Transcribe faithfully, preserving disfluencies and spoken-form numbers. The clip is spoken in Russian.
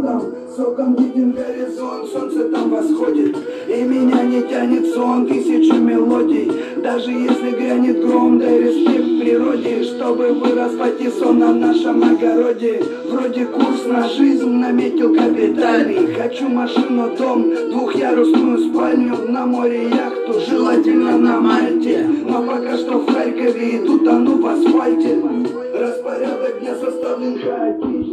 горизонтом, соком виден горизонт, солнце там восходит, и меня не тянет сон тысячу мелодий. Даже если грянет гром, дай респект природе, чтобы вырос патиссон на нашем огороде. Вроде курс на жизнь наметил капитальный. Хочу машину, дом, двухъярусную спальню, на море яхту, желательно на Мальте. Но пока что в Харькове и тут тону в асфальте. Распорядок дня составлен хаотично.